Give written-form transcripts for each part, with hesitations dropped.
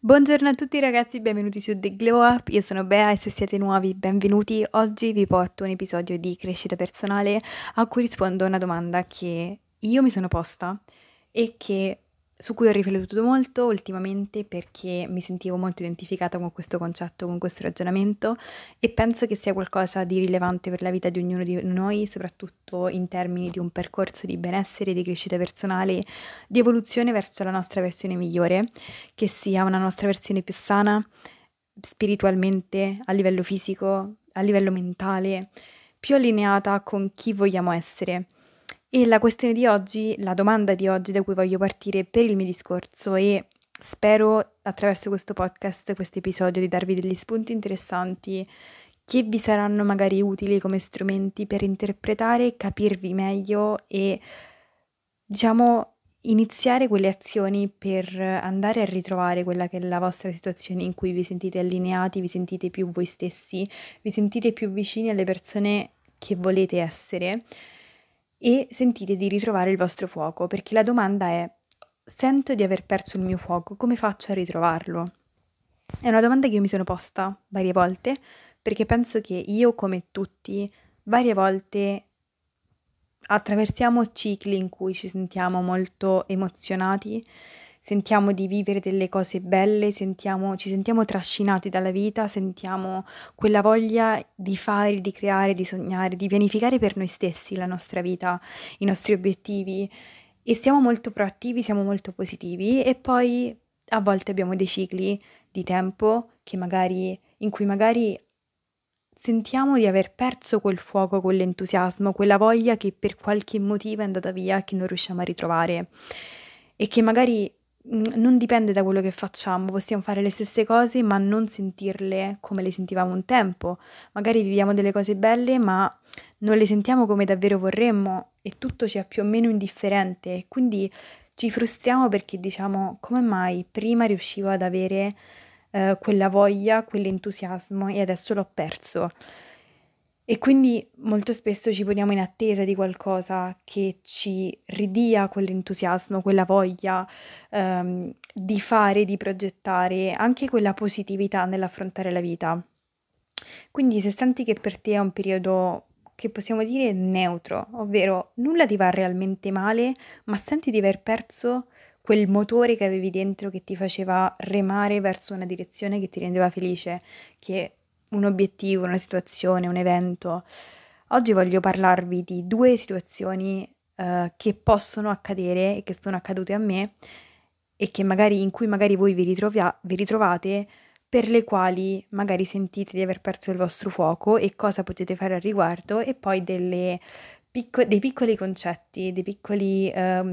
Buongiorno a tutti ragazzi, benvenuti su The Glow Up, io sono Bea e se siete nuovi benvenuti. Oggi vi porto un episodio di crescita personale a cui rispondo a una domanda che io mi sono posta e su cui ho riflettuto molto ultimamente perché mi sentivo molto identificata con questo concetto, con questo ragionamento e penso che sia qualcosa di rilevante per la vita di ognuno di noi, soprattutto in termini di un percorso di benessere, di crescita personale, di evoluzione verso la nostra versione migliore, che sia una nostra versione più sana, spiritualmente, a livello fisico, a livello mentale, più allineata con chi vogliamo essere. E la questione di oggi, la domanda di oggi da cui voglio partire per il mio discorso e spero attraverso questo podcast, questo episodio, di darvi degli spunti interessanti che vi saranno magari utili come strumenti per interpretare, capirvi meglio e, diciamo, iniziare quelle azioni per andare a ritrovare quella che è la vostra situazione in cui vi sentite allineati, vi sentite più voi stessi, vi sentite più vicini alle persone che volete essere e sentite di ritrovare il vostro fuoco, perché la domanda è: sento di aver perso il mio fuoco, come faccio a ritrovarlo? È una domanda che io mi sono posta varie volte, perché penso che io, come tutti, varie volte attraversiamo cicli in cui ci sentiamo molto emozionati, sentiamo di vivere delle cose belle, ci sentiamo trascinati dalla vita, sentiamo quella voglia di fare, di creare, di sognare, di pianificare per noi stessi la nostra vita, i nostri obiettivi e siamo molto proattivi, siamo molto positivi e poi a volte abbiamo dei cicli di tempo in cui magari sentiamo di aver perso quel fuoco, quell'entusiasmo, quella voglia che per qualche motivo è andata via e che non riusciamo a ritrovare e che magari non dipende da quello che facciamo, possiamo fare le stesse cose ma non sentirle come le sentivamo un tempo. Magari viviamo delle cose belle ma non le sentiamo come davvero vorremmo e tutto ci è più o meno indifferente e quindi ci frustriamo perché diciamo come mai prima riuscivo ad avere quella voglia, quell'entusiasmo e adesso l'ho perso. E quindi molto spesso ci poniamo in attesa di qualcosa che ci ridia quell'entusiasmo, quella voglia di fare, di progettare, anche quella positività nell'affrontare la vita. Quindi se senti che per te è un periodo che possiamo dire neutro, ovvero nulla ti va realmente male, ma senti di aver perso quel motore che avevi dentro che ti faceva remare verso una direzione che ti rendeva felice, che un obiettivo, una situazione, un evento. Oggi voglio parlarvi di due situazioni che possono accadere e che sono accadute a me e in cui magari voi vi ritrovate, per le quali magari sentite di aver perso il vostro fuoco e cosa potete fare al riguardo e poi dei piccoli concetti, dei piccoli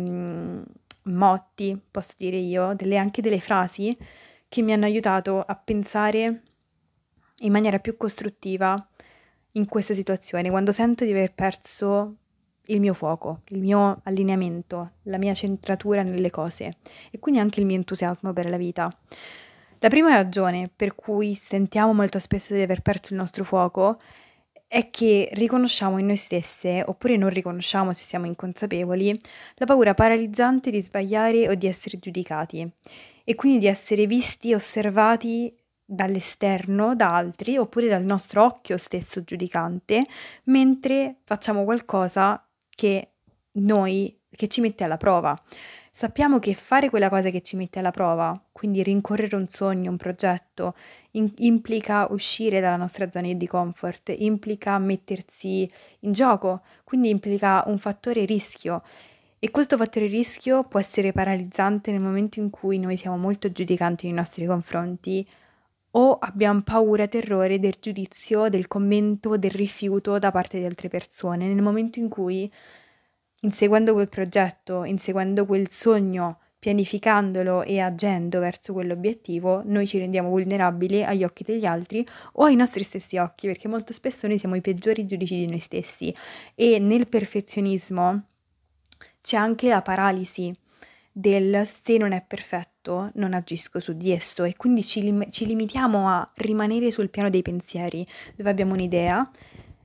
motti, posso dire io, anche delle frasi che mi hanno aiutato a pensare in maniera più costruttiva in questa situazione, quando sento di aver perso il mio fuoco, il mio allineamento, la mia centratura nelle cose e quindi anche il mio entusiasmo per la vita. La prima ragione per cui sentiamo molto spesso di aver perso il nostro fuoco è che riconosciamo in noi stesse, oppure non riconosciamo se siamo inconsapevoli, la paura paralizzante di sbagliare o di essere giudicati e quindi di essere visti, osservati dall'esterno, da altri, oppure dal nostro occhio stesso giudicante, mentre facciamo qualcosa che ci mette alla prova. Sappiamo che fare quella cosa che ci mette alla prova, quindi rincorrere un sogno, un progetto, implica uscire dalla nostra zona di comfort, implica mettersi in gioco, quindi implica un fattore rischio. E questo fattore rischio può essere paralizzante nel momento in cui noi siamo molto giudicanti nei nostri confronti o abbiamo paura, terrore del giudizio, del commento, del rifiuto da parte di altre persone, nel momento in cui, inseguendo quel progetto, inseguendo quel sogno, pianificandolo e agendo verso quell'obiettivo, noi ci rendiamo vulnerabili agli occhi degli altri o ai nostri stessi occhi, perché molto spesso noi siamo i peggiori giudici di noi stessi e nel perfezionismo c'è anche la paralisi del se non è perfetto non agisco su di esso e quindi ci limitiamo a rimanere sul piano dei pensieri, dove abbiamo un'idea,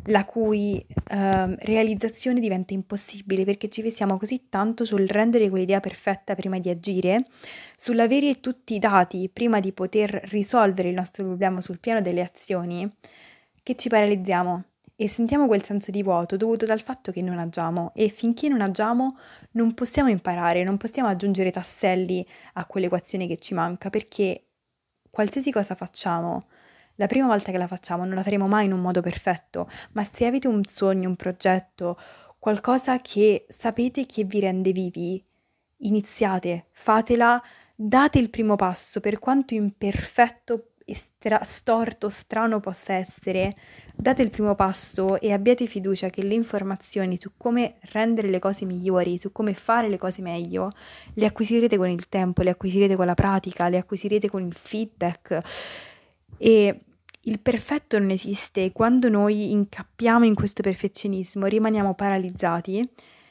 la cui realizzazione diventa impossibile perché ci fisiamo così tanto sul rendere quell'idea perfetta prima di agire, sull'avere tutti i dati prima di poter risolvere il nostro problema sul piano delle azioni, che ci paralizziamo e sentiamo quel senso di vuoto dovuto dal fatto che non agiamo e finché non agiamo non possiamo imparare, non possiamo aggiungere tasselli a quell'equazione che ci manca perché qualsiasi cosa facciamo, la prima volta che la facciamo non la faremo mai in un modo perfetto, ma se avete un sogno, un progetto, qualcosa che sapete che vi rende vivi, iniziate, fatela, date il primo passo, per quanto imperfetto e storto, strano possa essere, date il primo passo e abbiate fiducia che le informazioni su come rendere le cose migliori, su come fare le cose meglio, le acquisirete con il tempo, le acquisirete con la pratica, le acquisirete con il feedback e il perfetto non esiste. Quando noi incappiamo in questo perfezionismo rimaniamo paralizzati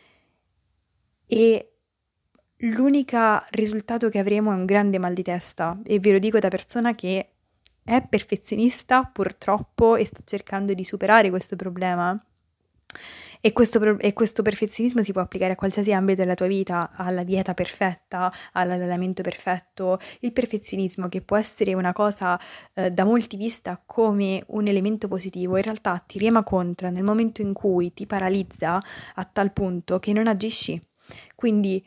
e l'unico risultato che avremo è un grande mal di testa e ve lo dico da persona che è perfezionista purtroppo e sta cercando di superare questo problema. E questo perfezionismo si può applicare a qualsiasi ambito della tua vita, alla dieta perfetta, all'allenamento perfetto. Il perfezionismo, che può essere una cosa da molti vista come un elemento positivo, in realtà ti rema contro nel momento in cui ti paralizza a tal punto che non agisci. Quindi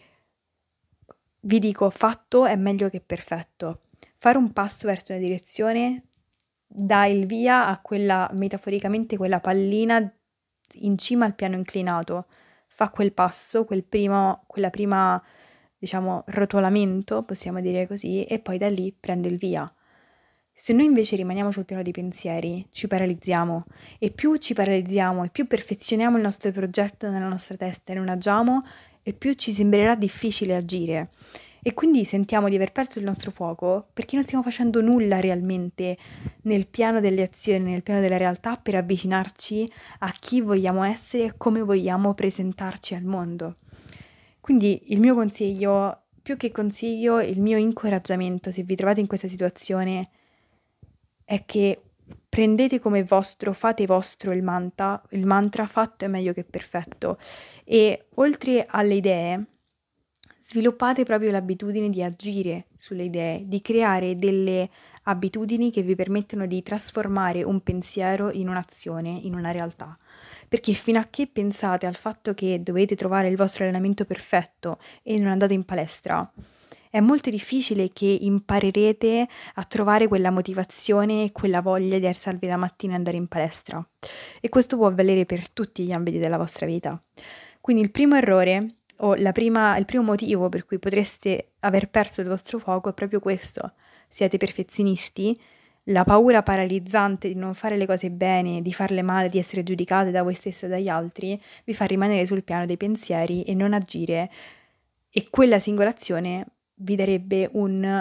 vi dico, fatto è meglio che perfetto. Fare un passo verso una direzione dà il via a quella, metaforicamente, quella pallina in cima al piano inclinato. Fa quel passo, quella prima, diciamo, rotolamento, possiamo dire così, e poi da lì prende il via. Se noi invece rimaniamo sul piano dei pensieri, ci paralizziamo e più ci paralizziamo e più perfezioniamo il nostro progetto nella nostra testa e non agiamo, e più ci sembrerà difficile agire. E quindi sentiamo di aver perso il nostro fuoco perché non stiamo facendo nulla realmente nel piano delle azioni, nel piano della realtà per avvicinarci a chi vogliamo essere e come vogliamo presentarci al mondo. Quindi il mio consiglio, più che consiglio, il mio incoraggiamento, se vi trovate in questa situazione, è che prendete come vostro, fate vostro il mantra fatto è meglio che perfetto. E oltre alle idee, sviluppate proprio l'abitudine di agire sulle idee, di creare delle abitudini che vi permettono di trasformare un pensiero in un'azione, in una realtà. Perché fino a che pensate al fatto che dovete trovare il vostro allenamento perfetto e non andate in palestra, è molto difficile che imparerete a trovare quella motivazione e quella voglia di alzarvi la mattina e andare in palestra. E questo può valere per tutti gli ambiti della vostra vita. Quindi il primo errore o il primo motivo per cui potreste aver perso il vostro fuoco è proprio questo. Siete perfezionisti, la paura paralizzante di non fare le cose bene, di farle male, di essere giudicate da voi stesse e dagli altri, vi fa rimanere sul piano dei pensieri e non agire. E quella singola azione vi darebbe un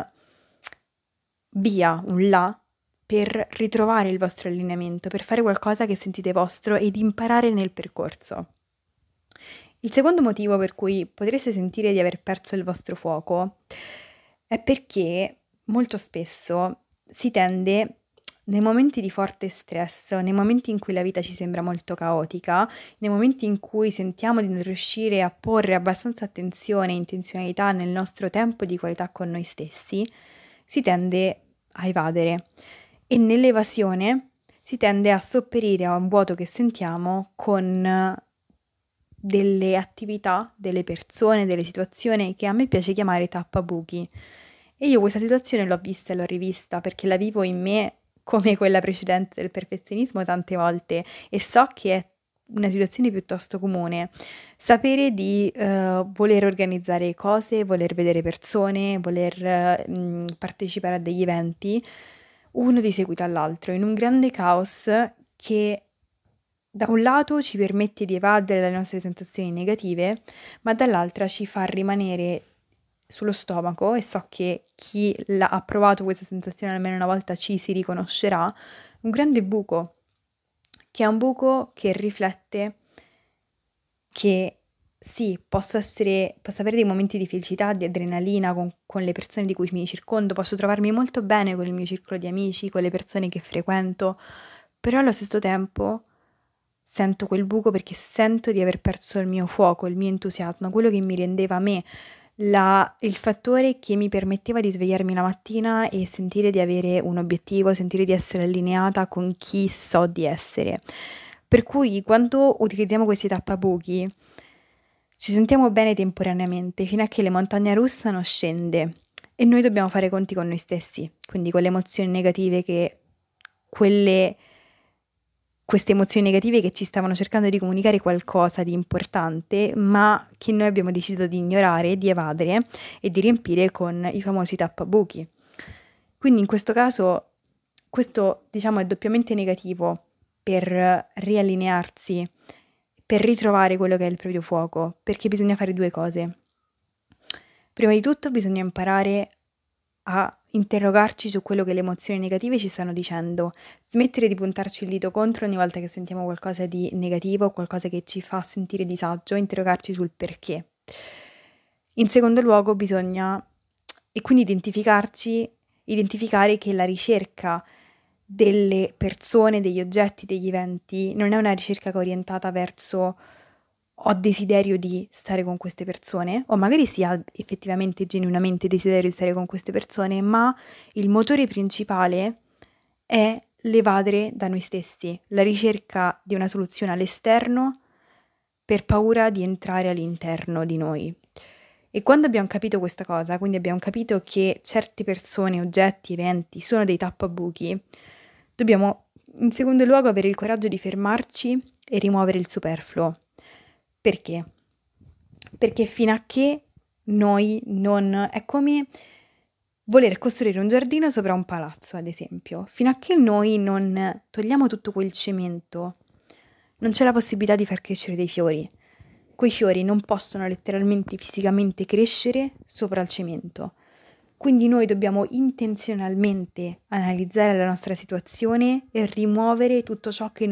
via, un là, per ritrovare il vostro allineamento, per fare qualcosa che sentite vostro ed imparare nel percorso. Il secondo motivo per cui potreste sentire di aver perso il vostro fuoco è perché molto spesso si tende, nei momenti di forte stress, nei momenti in cui la vita ci sembra molto caotica, nei momenti in cui sentiamo di non riuscire a porre abbastanza attenzione e intenzionalità nel nostro tempo di qualità con noi stessi, si tende a evadere e nell'evasione si tende a sopperire a un vuoto che sentiamo con delle attività, delle persone, delle situazioni che a me piace chiamare tappabuchi. E io questa situazione l'ho vista e l'ho rivista perché la vivo in me come quella precedente del perfezionismo tante volte e so che è una situazione piuttosto comune. Sapere di voler organizzare cose, voler vedere persone, voler partecipare a degli eventi, uno di seguito all'altro, in un grande caos che da un lato ci permette di evadere dalle nostre sensazioni negative, ma dall'altra ci fa rimanere sullo stomaco e so che chi ha provato questa sensazione almeno una volta ci si riconoscerà, un grande buco, che è un buco che riflette che sì, posso avere dei momenti di felicità, di adrenalina con le persone di cui mi circondo, posso trovarmi molto bene con il mio circolo di amici, con le persone che frequento, però allo stesso tempo sento quel buco perché sento di aver perso il mio fuoco, il mio entusiasmo, quello che mi rendeva a me, il fattore che mi permetteva di svegliarmi la mattina e sentire di avere un obiettivo, sentire di essere allineata con chi so di essere. Per cui quando utilizziamo questi tappabuchi ci sentiamo bene temporaneamente fino a che le montagne russano scende e noi dobbiamo fare conti con noi stessi, quindi con le emozioni negative queste emozioni negative che ci stavano cercando di comunicare qualcosa di importante, ma che noi abbiamo deciso di ignorare, di evadere e di riempire con i famosi tappabuchi. Quindi in questo caso, questo diciamo è doppiamente negativo per riallinearsi, per ritrovare quello che è il proprio fuoco, perché bisogna fare due cose. Prima di tutto bisogna imparare a interrogarci su quello che le emozioni negative ci stanno dicendo, smettere di puntarci il dito contro ogni volta che sentiamo qualcosa di negativo, qualcosa che ci fa sentire disagio, interrogarci sul perché. In secondo luogo bisogna, e quindi identificare che la ricerca delle persone, degli oggetti, degli eventi non è una ricerca che è orientata verso ho desiderio di stare con queste persone, o magari si ha effettivamente genuinamente desiderio di stare con queste persone, ma il motore principale è l'evadere da noi stessi, la ricerca di una soluzione all'esterno per paura di entrare all'interno di noi. E quando abbiamo capito questa cosa, quindi abbiamo capito che certe persone, oggetti, eventi sono dei tappabuchi, dobbiamo in secondo luogo avere il coraggio di fermarci e rimuovere il superfluo. Perché? Perché fino a che noi non... è come voler costruire un giardino sopra un palazzo, ad esempio. Fino a che noi non togliamo tutto quel cemento, non c'è la possibilità di far crescere dei fiori. Quei fiori non possono letteralmente, fisicamente crescere sopra il cemento. Quindi noi dobbiamo intenzionalmente analizzare la nostra situazione e rimuovere tutto ciò che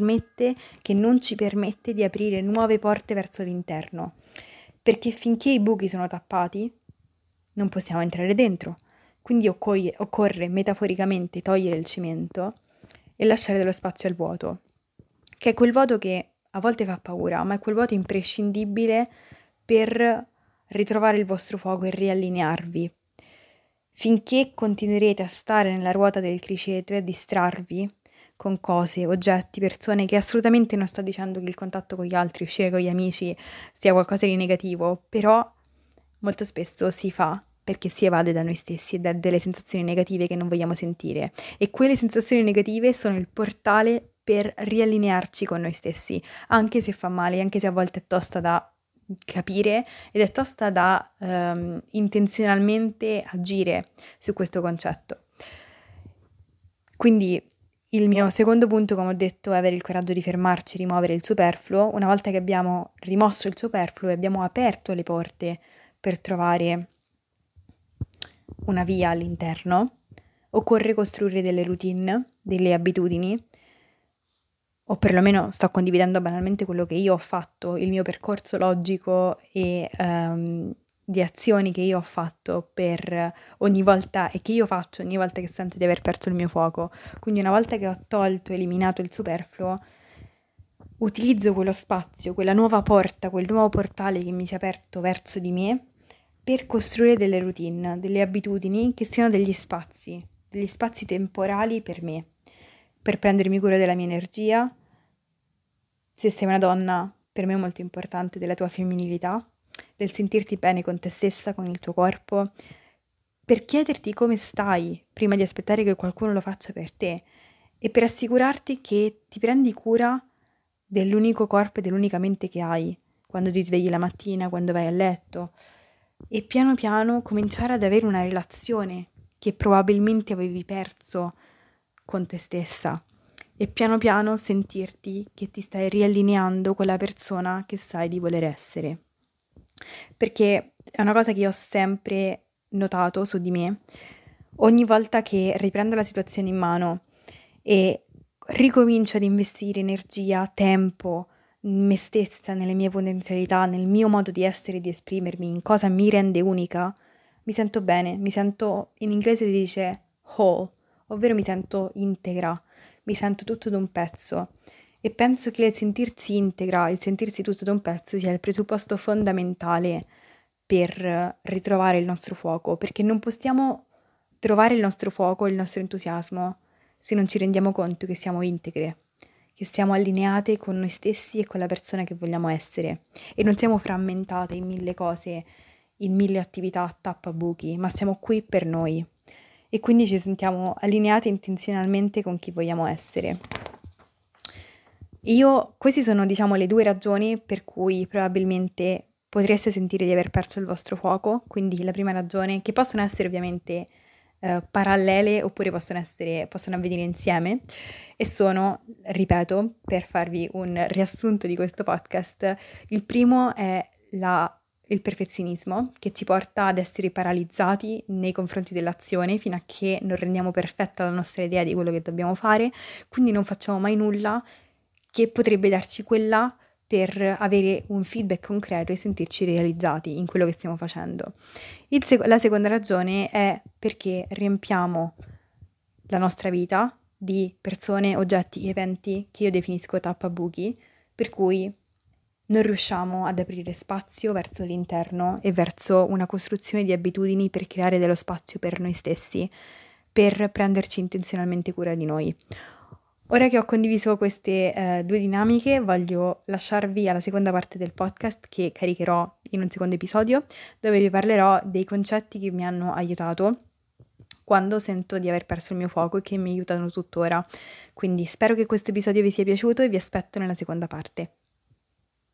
non ci permette di aprire nuove porte verso l'interno. Perché finché i buchi sono tappati, non possiamo entrare dentro. Quindi occorre metaforicamente togliere il cemento e lasciare dello spazio al vuoto, che è quel vuoto che a volte fa paura, ma è quel vuoto imprescindibile per ritrovare il vostro fuoco e riallinearvi. Finché continuerete a stare nella ruota del criceto e a distrarvi con cose, oggetti, persone, che assolutamente non sto dicendo che il contatto con gli altri, uscire con gli amici sia qualcosa di negativo, però molto spesso si fa perché si evade da noi stessi e da delle sensazioni negative che non vogliamo sentire. E quelle sensazioni negative sono il portale per riallinearci con noi stessi, anche se fa male, anche se a volte è tosta da capire ed è tosta da intenzionalmente agire su questo concetto. Quindi il mio secondo punto, come ho detto, è avere il coraggio di fermarci, rimuovere il superfluo. Una volta che abbiamo rimosso il superfluo e abbiamo aperto le porte per trovare una via all'interno, occorre costruire delle routine, delle abitudini, o perlomeno sto condividendo banalmente quello che io ho fatto, il mio percorso logico e di azioni che io ho fatto per ogni volta e che io faccio ogni volta che sento di aver perso il mio fuoco. Quindi una volta che ho tolto, eliminato il superfluo, utilizzo quello spazio, quella nuova porta, quel nuovo portale che mi si è aperto verso di me per costruire delle routine, delle abitudini che siano degli spazi temporali per me, per prendermi cura della mia energia. Se sei una donna, per me è molto importante della tua femminilità, del sentirti bene con te stessa, con il tuo corpo, per chiederti come stai prima di aspettare che qualcuno lo faccia per te e per assicurarti che ti prendi cura dell'unico corpo e dell'unica mente che hai quando ti svegli la mattina, quando vai a letto e piano piano cominciare ad avere una relazione che probabilmente avevi perso con te stessa e piano piano sentirti che ti stai riallineando con la persona che sai di voler essere. Perché è una cosa che io ho sempre notato su di me, ogni volta che riprendo la situazione in mano e ricomincio ad investire energia, tempo, in me stessa, nelle mie potenzialità, nel mio modo di essere e di esprimermi, in cosa mi rende unica, mi sento bene, mi sento, in inglese si dice whole, ovvero mi sento integra, mi sento tutto d'un pezzo E penso che il sentirsi integra, il sentirsi tutto da un pezzo sia il presupposto fondamentale per ritrovare il nostro fuoco, perché non possiamo trovare il nostro fuoco, il nostro entusiasmo, se non ci rendiamo conto che siamo integre, che siamo allineate con noi stessi e con la persona che vogliamo essere e non siamo frammentate in mille cose, in mille attività a tappabuchi, ma siamo qui per noi e quindi ci sentiamo allineate intenzionalmente con chi vogliamo essere. Queste sono, diciamo, le due ragioni per cui probabilmente potreste sentire di aver perso il vostro fuoco. Quindi la prima ragione, che possono essere ovviamente parallele oppure possono avvenire insieme, e sono, ripeto, per farvi un riassunto di questo podcast, il primo è il perfezionismo che ci porta ad essere paralizzati nei confronti dell'azione fino a che non rendiamo perfetta la nostra idea di quello che dobbiamo fare, quindi non facciamo mai nulla che potrebbe darci quella per avere un feedback concreto e sentirci realizzati in quello che stiamo facendo. La seconda ragione è perché riempiamo la nostra vita di persone, oggetti, eventi che io definisco tappabuchi, per cui non riusciamo ad aprire spazio verso l'interno e verso una costruzione di abitudini per creare dello spazio per noi stessi, per prenderci intenzionalmente cura di noi. Ora che ho condiviso queste due dinamiche, voglio lasciarvi alla seconda parte del podcast che caricherò in un secondo episodio, dove vi parlerò dei concetti che mi hanno aiutato quando sento di aver perso il mio fuoco e che mi aiutano tuttora. Quindi spero che questo episodio vi sia piaciuto e vi aspetto nella seconda parte.